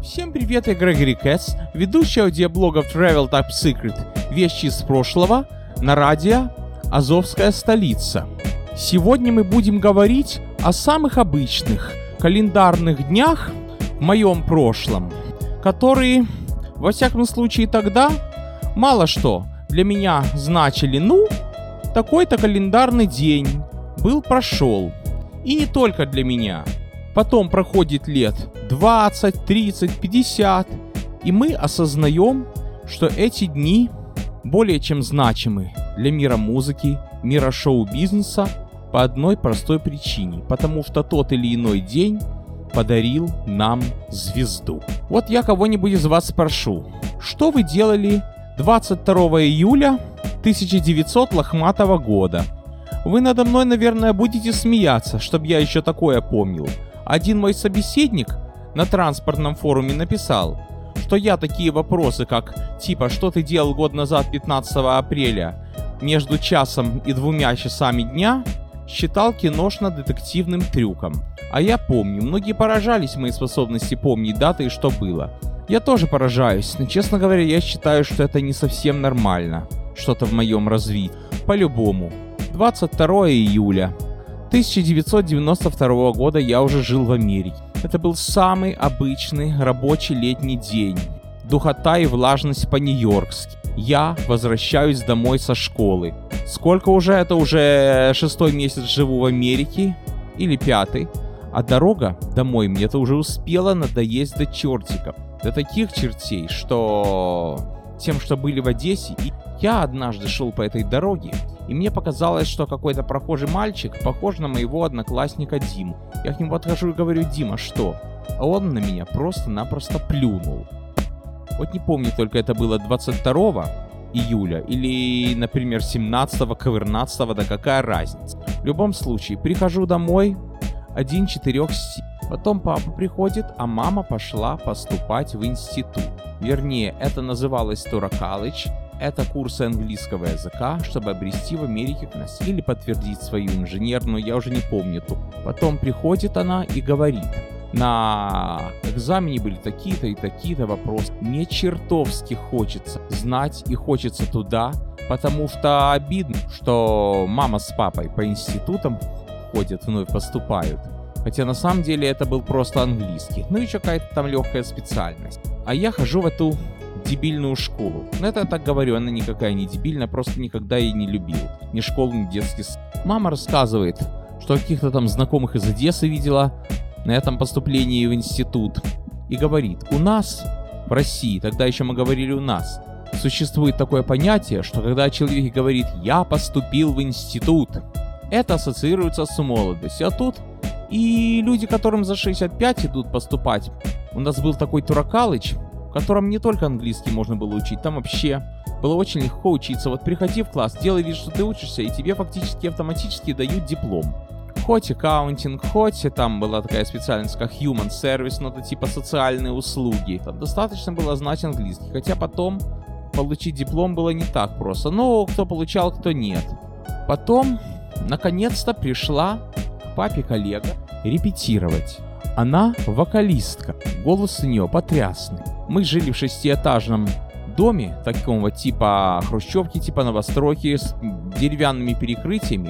Всем привет, я Грегори Кэтс, ведущий аудиоблогов Travel Top Secret, вещи из прошлого, на радио «Азовская столица». Сегодня мы будем говорить о самых обычных календарных днях в моем прошлом, которые, во всяком случае тогда, мало что для меня значили. Такой-то календарный день прошел. И не только для меня. Потом проходит лет 20, 30, 50, и мы осознаем, что эти дни более чем значимы для мира музыки, мира шоу-бизнеса по одной простой причине. Потому что тот или иной день подарил нам звезду. Вот я кого-нибудь из вас спрошу, что вы делали 22 июля 1900 лохматого года? Вы надо мной, наверное, будете смеяться, чтобы я еще такое помнил. Один мой собеседник на транспортном форуме написал, что я такие вопросы, как типа «Что ты делал год назад 15 апреля между часом и 2 часами дня?» считал киношно-детективным трюком. А я помню, многие поражались моей способности помнить даты и что было. Я тоже поражаюсь, но, честно говоря, я считаю, что это не совсем нормально. Что-то в моем развитии. По-любому. 22 июля 1992 года я уже жил в Америке. Это был самый обычный рабочий летний день. Духота и влажность по-нью-йоркски. Я возвращаюсь домой со школы. Сколько уже? Это уже 6-й месяц живу в Америке. Или 5-й. А дорога домой мне-то уже успела надоесть до чертиков. До таких чертей, что тем, что были в Одессе. И я однажды шел по этой дороге, и мне показалось, что какой-то прохожий мальчик похож на моего одноклассника Диму. Я к нему подхожу и говорю: «Дима, что?» А он на меня просто-напросто плюнул. Вот не помню, только это было 22 июля или, например, 17-го, 14-го, да какая разница. В любом случае, прихожу домой, 1-4. Потом папа приходит, а мама пошла поступать в институт. Вернее, это называлось Тура Колледж. Это курсы английского языка, чтобы обрести в Америке или подтвердить свою инженерную, я уже не помню. Потом приходит она и говорит: на экзамене были такие-то и такие-то вопросы. Мне чертовски хочется знать и хочется туда, потому что обидно, что мама с папой по институтам ходят, вновь поступают. Хотя на самом деле это был просто английский. Ну и еще какая-то там легкая специальность. А я хожу в эту дебильную школу. Но это я так говорю, она никакая не дебильная, просто никогда ее не любил. Ни школу, ни детский сад. Мама рассказывает, что каких-то там знакомых из Одессы видела на этом поступлении в институт. И говорит: у нас в России, тогда еще мы говорили у нас, существует такое понятие, что когда человек говорит «я поступил в институт», это ассоциируется с молодостью. А тут и люди, которым за 65 идут поступать. У нас был такой Тура Колледж, в котором не только английский можно было учить, там вообще было очень легко учиться. Вот приходи в класс, делай вид, что ты учишься, и тебе фактически автоматически дают диплом. Хоть аккаунтинг, хоть там была такая специальность, как human service, но это типа социальные услуги. Там достаточно было знать английский, хотя потом получить диплом было не так просто. Но кто получал, кто нет. Потом, наконец-то, пришла к папе коллега репетировать. Она вокалистка, голос у нее потрясный. Мы жили в 6-этажном доме, такого типа хрущевки, типа новостройки, с деревянными перекрытиями.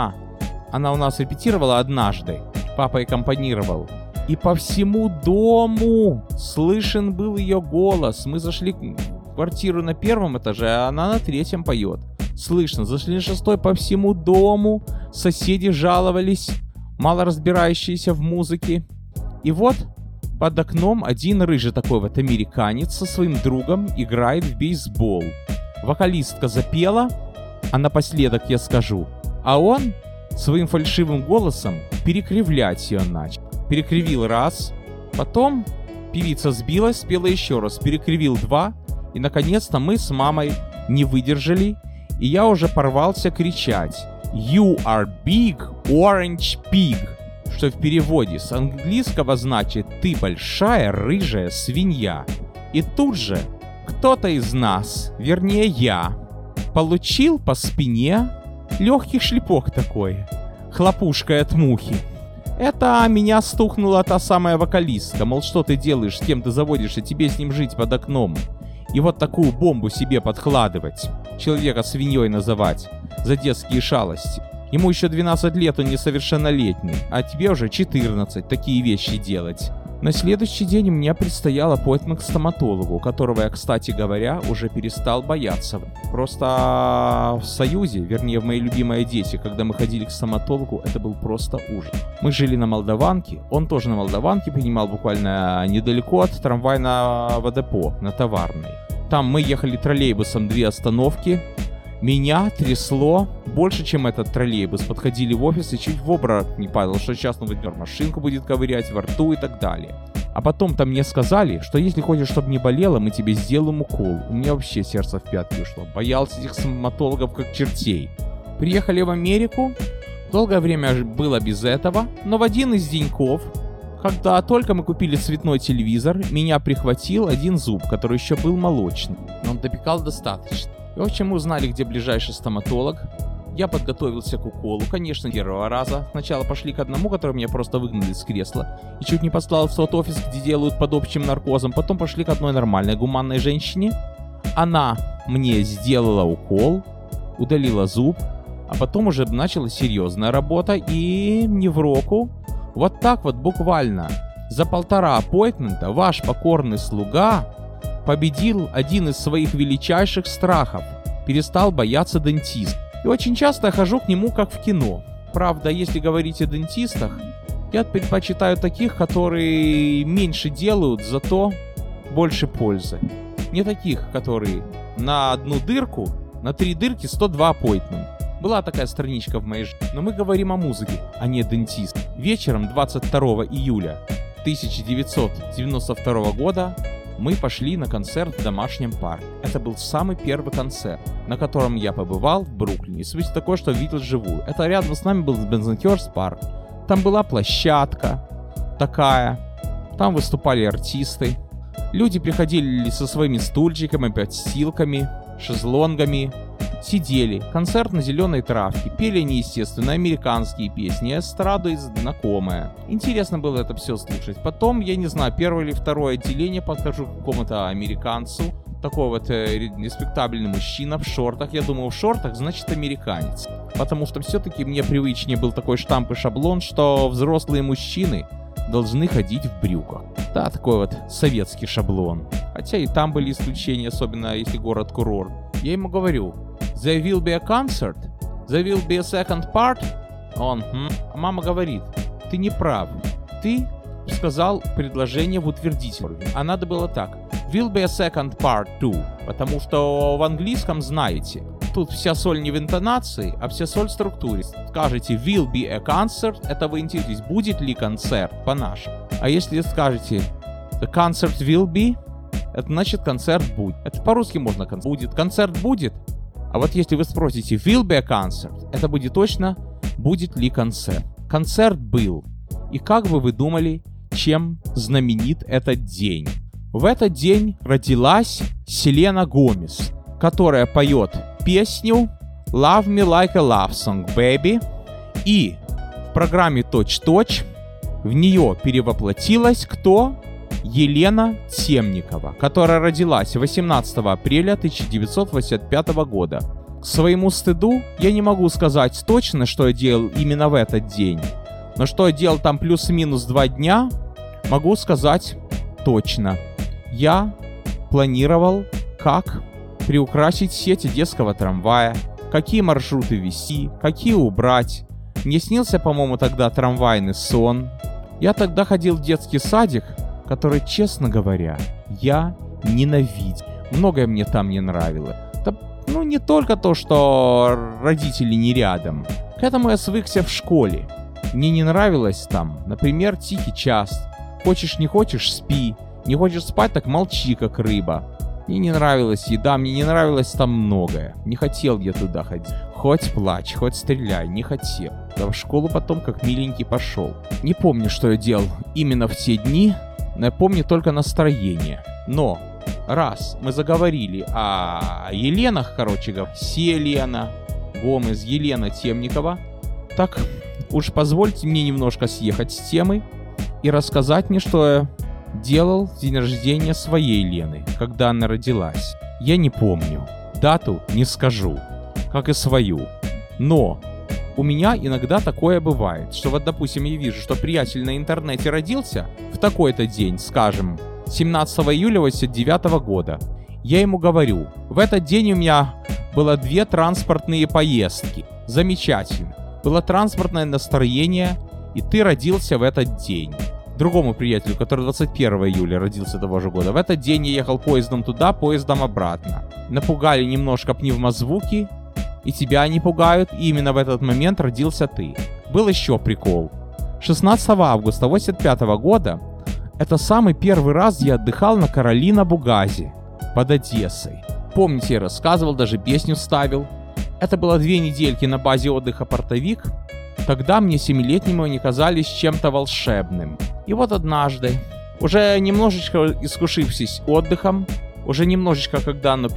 Она у нас репетировала однажды, папа аккомпанировал. И по всему дому слышен был ее голос. Мы зашли в квартиру на 1-м этаже, а она на 3-м поет. Слышно, зашли на 6-й, по всему дому соседи жаловались, мало разбирающиеся в музыке. И вот под окном один рыжий такой вот американец со своим другом играет в бейсбол. Вокалистка запела, а напоследок я скажу, а он своим фальшивым голосом перекривлять ее начал. Перекривил раз, потом певица сбилась, спела еще раз, перекривил 2, и наконец-то мы с мамой не выдержали, и я уже порвался кричать: «You are big orange pig», что в переводе с английского значит «ты большая рыжая свинья». И тут же кто-то из нас, вернее я, получил по спине легкий шлепок такой, хлопушкой от мухи. Это меня стукнула та самая вокалистка, мол, что ты делаешь, с кем ты заводишь, и тебе с ним жить под окном. И вот такую бомбу себе подкладывать, человека свиньей называть, за детские шалости. Ему еще 12 лет, он несовершеннолетний, а тебе уже 14 такие вещи делать. На следующий день мне предстоял аппоинтмент к стоматологу, которого я, кстати говоря, уже перестал бояться. Просто в Союзе, вернее в моей любимой Одессе, когда мы ходили к стоматологу, это был просто ужас. Мы жили на Молдаванке, он тоже на Молдаванке, принимал буквально недалеко от трамвайного депо, на Товарной. Там мы ехали троллейбусом 2 остановки. Меня трясло больше, чем этот троллейбус. Подходили в офис и чуть в обморок не падал, что сейчас машинку будет ковырять во рту и так далее. А потом-то мне сказали, что если хочешь, чтобы не болело, мы тебе сделаем укол. У меня вообще сердце в пятки ушло. Боялся этих стоматологов как чертей. Приехали в Америку. Долгое время было без этого. Но в один из деньков, когда только мы купили цветной телевизор, меня прихватил один зуб, который еще был молочный. Но он допекал достаточно. И в общем, мы узнали, где ближайший стоматолог. Я подготовился к уколу, конечно, первого раза. Сначала пошли к одному, который меня просто выгнали с кресла и чуть не послал в тот офис, где делают под общим наркозом. Потом пошли к одной нормальной, гуманной женщине. Она мне сделала укол, удалила зуб, а потом уже началась серьезная работа и невроку. Вот так вот буквально за 1,5 аппоинтмента ваш покорный слуга победил один из своих величайших страхов. Перестал бояться дентиста. И очень часто я хожу к нему как в кино. Правда, если говорить о дентистах, я предпочитаю таких, которые меньше делают, зато больше пользы. Не таких, которые на одну дырку, на 3 дырки 102 аппоинтмента. Была такая страничка в моей жизни. Но мы говорим о музыке, а не дентист. Вечером 22 июля 1992 года мы пошли на концерт в домашнем парке. Это был самый первый концерт, на котором я побывал в Бруклине. И суть такой, что видел вживую. Это рядом с нами был Бензенхерст парк. Там была площадка такая. Там выступали артисты. Люди приходили со своими стульчиками, подстилками, шезлонгами. Сидели. Концерт на зеленой травке. Пели они, естественно, американские песни. Эстраду и знакомая. Интересно было это все слушать. Потом, я не знаю, 1 или 2 отделение подхожу к какому-то американцу. Такой вот респектабельный мужчина в шортах. Я думаю, в шортах значит американец. Потому что все-таки мне привычнее был такой штамп и шаблон, что взрослые мужчины должны ходить в брюках. Да, такой вот советский шаблон. Хотя и там были исключения, особенно если город-курорт. Я ему говорю: there will be a concert, there will be a second part. Он, А мама говорит: ты не прав. Ты сказал предложение в утвердительном. А надо было так: will be a second part too. Потому что в английском, знаете, тут вся соль не в интонации, а вся соль в структуре. Скажете will be a concert, это вы интересуетесь, будет ли концерт по-нашему. А если скажете the concert will be, это значит концерт будет. Это по-русски можно будет. Концерт будет. А вот если вы спросите will be a concert, это будет точно будет ли концерт. Концерт был. И как бы вы думали, чем знаменит этот день? В этот день родилась Селена Гомес, которая поет песню Love Me Like a Love Song, Baby. И в программе «Точь-точь» в нее перевоплотилась кто? Елена Темникова, которая родилась 18 апреля 1985 года. К своему стыду я не могу сказать точно, что я делал именно в этот день. Но что я делал там плюс-минус 2 дня, могу сказать точно. Я планировал, как приукрасить сеть одесского трамвая, какие маршруты вести, какие убрать. Мне снился, по-моему, тогда трамвайный сон. Я тогда ходил в детский садик, который, честно говоря, я ненавидел. Многое мне там не нравилось. Да, не только то, что родители не рядом. К этому я свыкся в школе. Мне не нравилось там, например, тихий час. Хочешь не хочешь, спи. Не хочешь спать, так молчи, как рыба. Мне не нравилась еда, мне не нравилось там многое. Не хотел я туда ходить. Хоть плачь, хоть стреляй, не хотел. Да в школу потом как миленький пошел. Не помню, что я делал именно в те дни, но я помню только настроение. Но раз мы заговорили о Еленах, короче говоря, Селена Гомес, Елена Темникова, так уж позвольте мне немножко съехать с темы и рассказать мне, что я делал в день рождения своей Лены, когда она родилась. Я не помню. Дату не скажу, как и свою. Но у меня иногда такое бывает, что вот, допустим, я вижу, что приятель на интернете родился в такой-то день, скажем, 17 июля 1989 года. Я ему говорю, в этот день у меня было 2 транспортные поездки. Замечательно. Было транспортное настроение, и ты родился в этот день. Другому приятелю, который 21 июля родился того же года, в этот день я ехал поездом туда, поездом обратно. Напугали немножко пневмозвуки, и тебя они пугают, и именно в этот момент родился ты. Был еще прикол. 16 августа 1985 года это самый первый раз я отдыхал на Каролина Бугазе под Одессой. Помните, я рассказывал, даже песню ставил. Это было 2 недельки на базе отдыха «Портовик». Тогда мне 7-летнему они казались чем-то волшебным. И вот однажды, уже немножечко искушившись отдыхом, уже немножечко, когда оно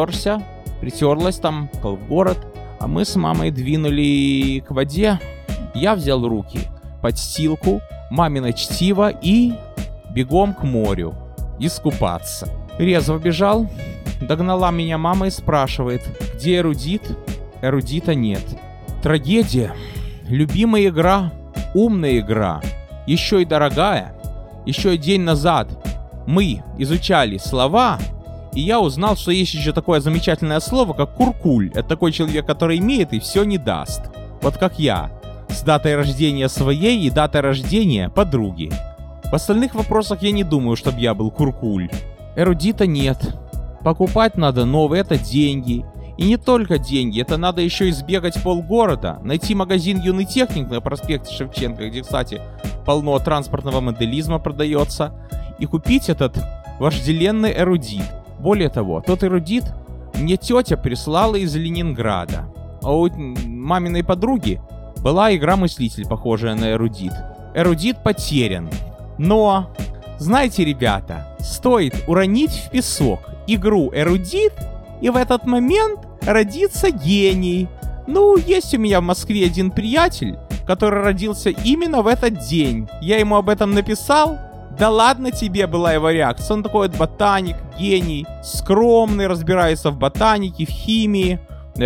притерлось там, в город, а мы с мамой двинули к воде, я взял руки, подстилку, мамино чтиво и бегом к морю искупаться. Резво бежал, догнала меня мама и спрашивает, где эрудит? Эрудита нет. Трагедия. Любимая игра, умная игра, еще и дорогая. Еще и день назад мы изучали слова, и я узнал, что есть еще такое замечательное слово, как куркуль. Это такой человек, который имеет и все не даст. Вот как я, с датой рождения своей и датой рождения подруги. В остальных вопросах я не думаю, чтобы я был куркуль. Эрудита нет. Покупать надо новые, это деньги. И не только деньги, это надо еще и сбегать полгорода, найти магазин «Юный техник» на проспекте Шевченко, где, кстати, полно транспортного моделизма продается, и купить этот вожделенный эрудит. Более того, тот эрудит мне тетя прислала из Ленинграда. А у маминой подруги была игра-мыслитель, похожая на эрудит. Эрудит потерян. Но, знаете, ребята, стоит уронить в песок игру эрудит, и в этот момент родится гений. Ну, есть у меня в Москве один приятель, который родился именно в этот день. Я ему об этом написал. Да ладно тебе, была его реакция. Он такой вот ботаник, гений, скромный, разбирается в ботанике, в химии,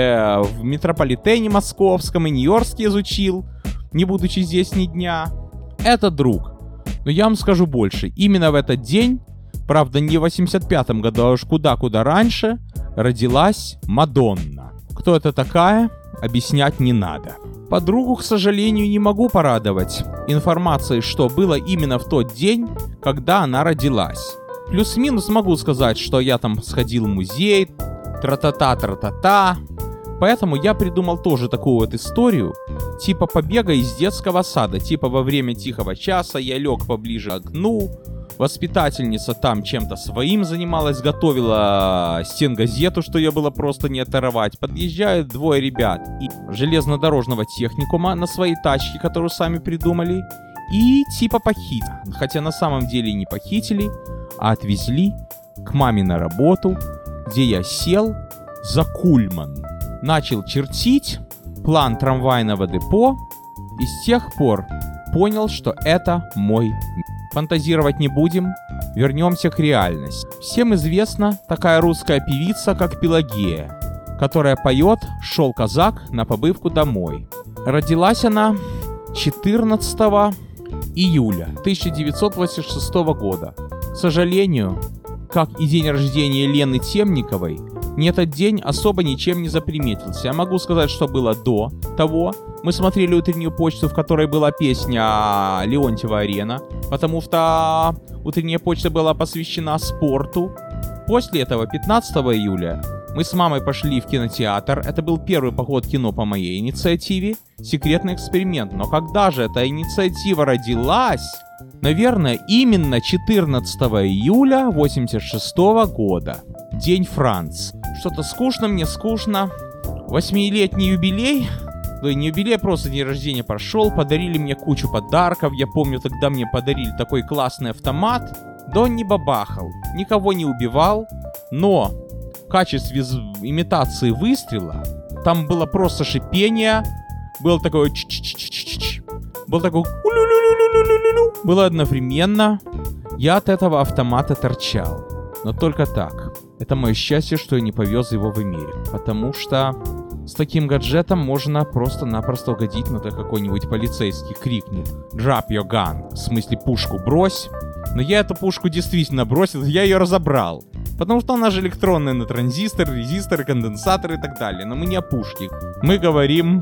в метрополитене московском и нью-йоркский изучил, не будучи здесь ни дня. Это друг. Но я вам скажу больше. Именно в этот день, правда не в 85-м году, а уж куда-куда раньше, родилась Мадонна. Кто это такая, объяснять не надо. Подругу, к сожалению, не могу порадовать информацией, что было именно в тот день, когда она родилась. Плюс-минус могу сказать, что я там сходил в музей, тра-та-та. Поэтому я придумал тоже такую вот историю, типа побега из детского сада, типа во время тихого часа я лег поближе к окну, воспитательница там чем-то своим занималась, готовила стенгазету, что ее было просто не оторвать. Подъезжают 2 ребят из железнодорожного техникума на своей тачке, которую сами придумали, и типа похитили. Хотя на самом деле не похитили, а отвезли к маме на работу, где я сел за кульман. Начал чертить план трамвайного депо и с тех пор понял, что это мой мир. Фантазировать не будем, вернемся к реальности. Всем известна такая русская певица, как Пелагея, которая поет «Шел казак на побывку домой». Родилась она 14 июля 1986 года. К сожалению, как и день рождения Лены Темниковой, мне этот день особо ничем не заприметился. Я могу сказать, что было до того. Мы смотрели утреннюю почту, в которой была песня Леонтьева «Арена», потому что утренняя почта была посвящена спорту. После этого, 15 июля, мы с мамой пошли в кинотеатр. Это был первый поход в кино по моей инициативе. Секретный эксперимент. Но когда же эта инициатива родилась? Наверное, именно 14 июля 1986 года. День Франции. Что-то скучно, мне скучно. 8-летний юбилей. Да не юбилей, а просто день рождения прошел. Подарили мне кучу подарков. Я помню, тогда мне подарили такой классный автомат. Да он не бабахал, никого не убивал. Но в качестве имитации выстрела там было просто шипение. Было такое был такой улю-лю-лю-лю-лю-лю. Было одновременно. Я от этого автомата торчал. Но только так. Это мое счастье, что я не повез его в Америку. Потому что с таким гаджетом можно просто-напросто угодить, на то какой-нибудь полицейский крикнет «Drop your gun», в смысле пушку брось. Но я эту пушку действительно бросил, я ее разобрал. Потому что она же электронная на транзистор, резисторы, конденсаторы и так далее. Но мы не о пушке. Мы говорим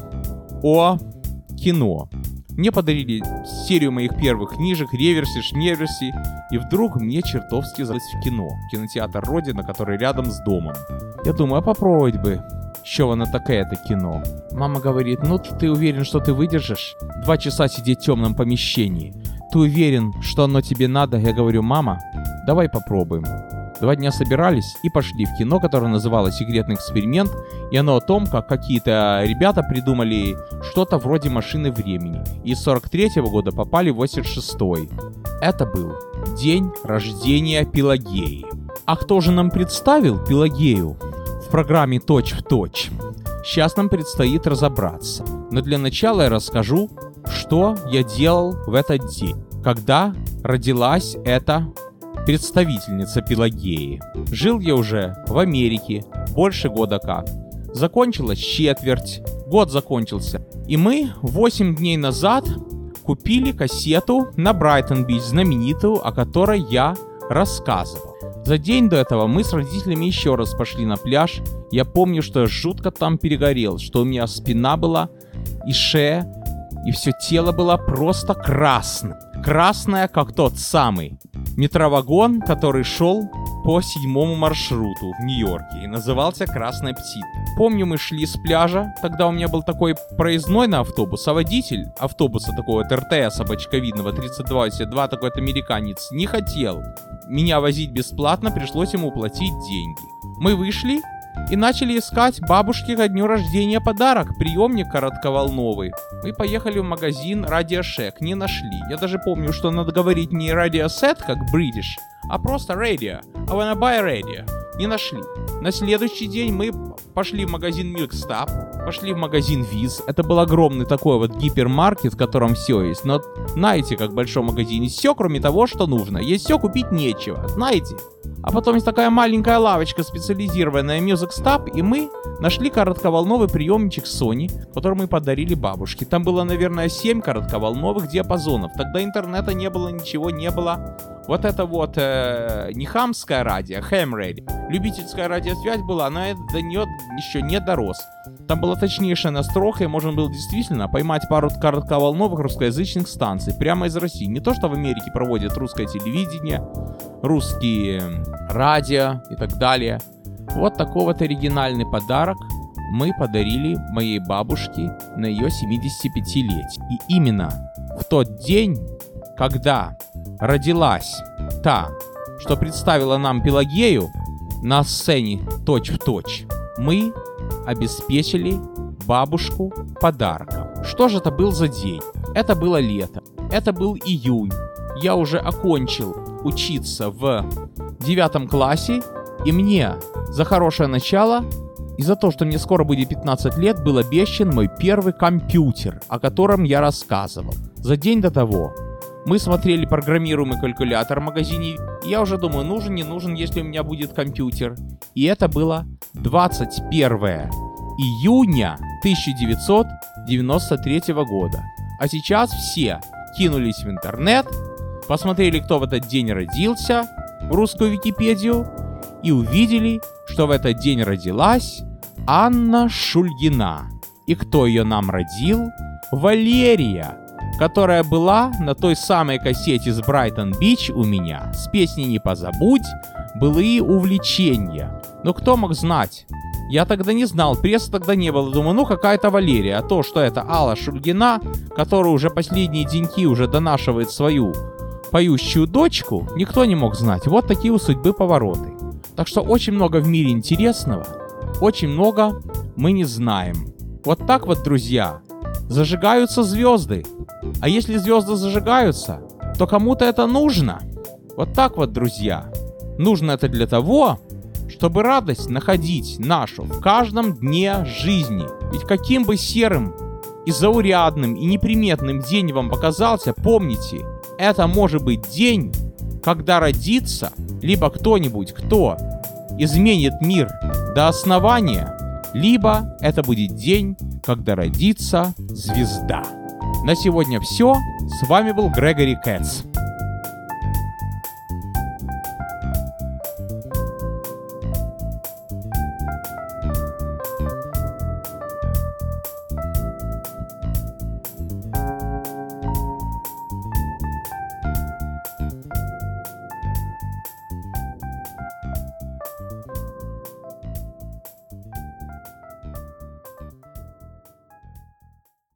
о кино. Мне подарили серию моих первых книжек, реверси, шмеверси. И вдруг мне чертовски залез в кино. Кинотеатр «Родина», который рядом с домом. Я думаю, а попробовать бы. Що воно таке, это кино? Мама говорит, ну ты уверен, что ты выдержишь 2 часа сидеть в темном помещении? Ты уверен, что оно тебе надо? Я говорю, мама, давай попробуем. 2 дня собирались и пошли в кино, которое называлось «Секретный эксперимент», и оно о том, как какие-то ребята придумали что-то вроде машины времени. И из 43-го года попали в 86-й. Это был день рождения Пелагеи. А кто же нам представил Пелагею в программе «Точь в точь»? Сейчас нам предстоит разобраться. Но для начала я расскажу, что я делал в этот день, когда родилась эта представительница Пелагеи. Жил я уже в Америке больше года как. Закончилась четверть, год закончился. И мы 8 дней назад купили кассету на Брайтон-Бич, знаменитую, о которой я рассказывал. За день до этого мы с родителями еще раз пошли на пляж. Я помню, что я жутко там перегорел, что у меня спина была и шея, и все тело было просто красным. Красное, как тот самый метровагон, который шел по 7-му маршруту в Нью-Йорке и назывался «Красная птица». Помню, мы шли с пляжа, тогда у меня был такой проездной на автобус, а водитель автобуса такого РТС бочковидного 32, такой-то американец, не хотел меня возить бесплатно, пришлось ему платить деньги. Мы вышли и начали искать бабушке ко дню рождения подарок, приемник коротковолновый. Мы поехали в магазин Radio Shack, не нашли. Я даже помню, что надо говорить не Radio Set, как British, а просто Radio. I wanna buy a radio. Не нашли. На следующий день мы пошли в магазин Milk Stop, пошли в магазин Viz. Это был огромный такой вот гипермаркет, в котором все есть. Но знаете, как в большом магазине все, кроме того, что нужно. Есть все, купить нечего, знаете. А потом есть такая маленькая лавочка, специализированная Music Stop, и мы нашли коротковолновый приемничек Sony, который мы подарили бабушке. Там было, наверное, 7 коротковолновых диапазонов. Тогда интернета не было, ничего не было. Вот это вот не хамское радио, ham radio. Любительская радиосвязь была, но я до нее еще не дорос. Там была точнейшая настройка, и можно было действительно поймать пару коротковолновых русскоязычных станций прямо из России. Не то, что в Америке проводят русское телевидение, русские радио и так далее. Вот такой вот оригинальный подарок мы подарили моей бабушке на ее 75-летие. И именно в тот день, когда родилась та, что представила нам Пелагею на сцене «Точь в точь», мы обеспечили бабушку подарком. Что же это был за день? Это было лето. Это был июнь. Я уже окончил учиться в 9 классе, и мне за хорошее начало и за то, что мне скоро будет 15 лет, был обещан мой первый компьютер, о котором я рассказывал. За день до того мы смотрели программируемый калькулятор в магазине, и я уже думаю, нужен, не нужен, если у меня будет компьютер. И это было 21 июня 1993 года. А сейчас все кинулись в интернет, посмотрели, кто в этот день родился, в русскую Википедию, и увидели, что в этот день родилась Анна Шульгина. И кто ее нам родил? Валерия, которая была на той самой кассете с Брайтон-Бич у меня, с песней «Не позабудь», «Былые увлечения». Но кто мог знать? Я тогда не знал, прессы тогда не было. Думаю, ну какая-то Валерия. А то, что это Алла Шульгина, которая уже последние деньки уже донашивает свою поющую дочку, никто не мог знать. Вот такие у судьбы повороты. Так что очень много в мире интересного, очень много мы не знаем. Вот так вот, друзья, зажигаются звезды. А если звезды зажигаются, то кому-то это нужно. Вот так вот, друзья. Нужно это для того, чтобы радость находить нашу в каждом дне жизни. Ведь каким бы серым, и заурядным и неприметным день вам показался, помните, это может быть день, когда родится либо кто-нибудь, кто изменит мир до основания, либо это будет день, когда родится звезда. На сегодня все. С вами был Грегори Кэтс.